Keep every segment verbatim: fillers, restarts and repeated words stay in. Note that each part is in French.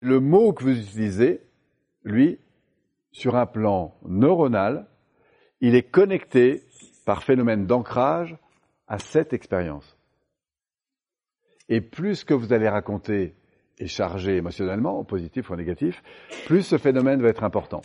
Le mot que vous utilisez, lui, sur un plan neuronal, il est connecté par phénomène d'ancrage à cette expérience. Et plus que vous allez raconter est chargé émotionnellement, en positif ou en négatif, plus ce phénomène va être important.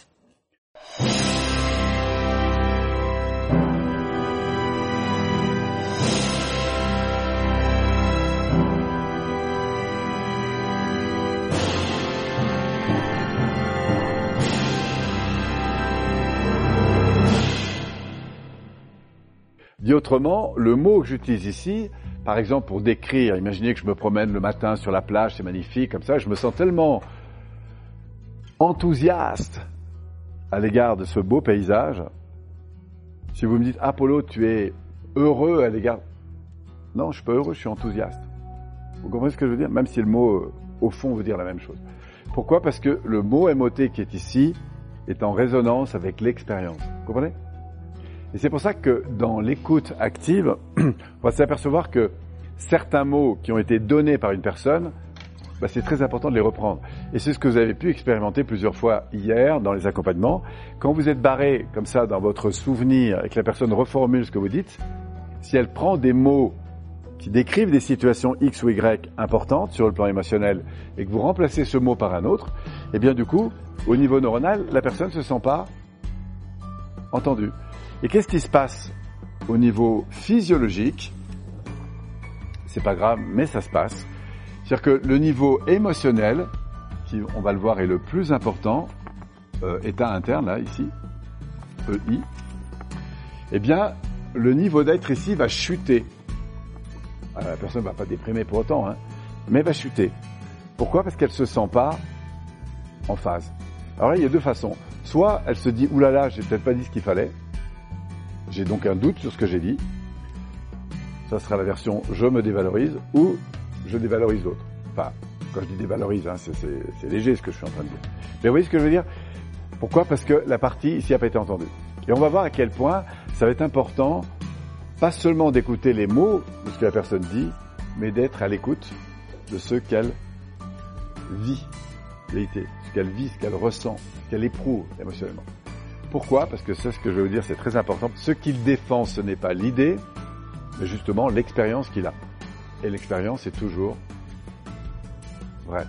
Dit autrement, le mot que j'utilise ici, par exemple pour décrire, imaginez que je me promène le matin sur la plage, c'est magnifique, comme ça, je me sens tellement enthousiaste à l'égard de ce beau paysage. Si vous me dites, Apollo, tu es heureux à l'égard... Non, je ne suis pas heureux, je suis enthousiaste. Vous comprenez ce que je veux dire? Même si le mot, au fond, veut dire la même chose. Pourquoi? Parce que le mot M O T qui est ici est en résonance avec l'expérience. Vous comprenez? Et c'est pour ça que dans l'écoute active, on va s'apercevoir que certains mots qui ont été donnés par une personne, bah c'est très important de les reprendre. Et c'est ce que vous avez pu expérimenter plusieurs fois hier dans les accompagnements. Quand vous êtes barré comme ça dans votre souvenir et que la personne reformule ce que vous dites, si elle prend des mots qui décrivent des situations X ou Y importantes sur le plan émotionnel et que vous remplacez ce mot par un autre, eh bien du coup, au niveau neuronal, la personne ne se sent pas entendue. Et qu'est-ce qui se passe au niveau physiologique? C'est pas grave, mais ça se passe. C'est-à-dire que le niveau émotionnel, qui, on va le voir, est le plus important, euh, état interne, là, ici, E I, eh bien, le niveau d'être ici va chuter. Alors, la personne ne va pas déprimer pour autant, hein, mais va chuter. Pourquoi? Parce qu'elle ne se sent pas en phase. Alors là, il y a deux façons. Soit elle se dit, oulala, j'ai peut-être pas dit ce qu'il fallait, j'ai donc un doute sur ce que j'ai dit. Ça sera la version je me dévalorise ou je dévalorise l'autre. Enfin, quand je dis dévalorise, hein, c'est, c'est, c'est léger ce que je suis en train de dire. Mais vous voyez ce que je veux dire? Pourquoi? Parce que la partie ici n'a pas été entendue. Et on va voir à quel point ça va être important, pas seulement d'écouter les mots de ce que la personne dit, mais d'être à l'écoute de ce qu'elle vit, vérité, ce qu'elle vit, ce qu'elle ressent, ce qu'elle éprouve émotionnellement. Pourquoi? Parce que c'est ce que je vais vous dire, c'est très important. Ce qu'il défend, ce n'est pas l'idée, mais justement l'expérience qu'il a. Et l'expérience est toujours vraie.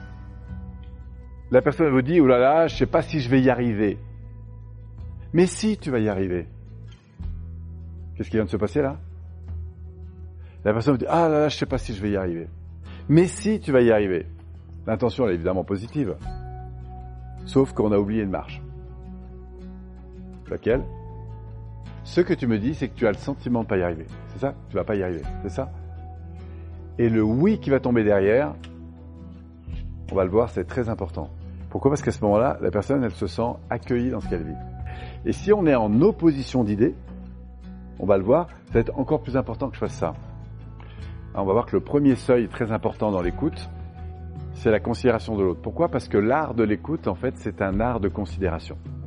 La personne vous dit, oh là là, je ne sais pas si je vais y arriver. Mais si tu vas y arriver. Qu'est-ce qui vient de se passer là? La personne vous dit, ah là là, je ne sais pas si je vais y arriver. Mais si tu vas y arriver. L'intention, elle est évidemment positive. Sauf qu'on a oublié une marche. Laquelle? Ce que tu me dis, c'est que tu as le sentiment de ne pas y arriver. C'est ça? Tu ne vas pas y arriver. C'est ça? Et le oui qui va tomber derrière, on va le voir, c'est très important. Pourquoi? Parce qu'à ce moment-là, la personne, elle se sent accueillie dans ce qu'elle vit. Et si on est en opposition d'idées, on va le voir, ça va être encore plus important que je fasse ça. Alors on va voir que le premier seuil très important dans l'écoute, c'est la considération de l'autre. Pourquoi? Parce que l'art de l'écoute, en fait, c'est un art de considération.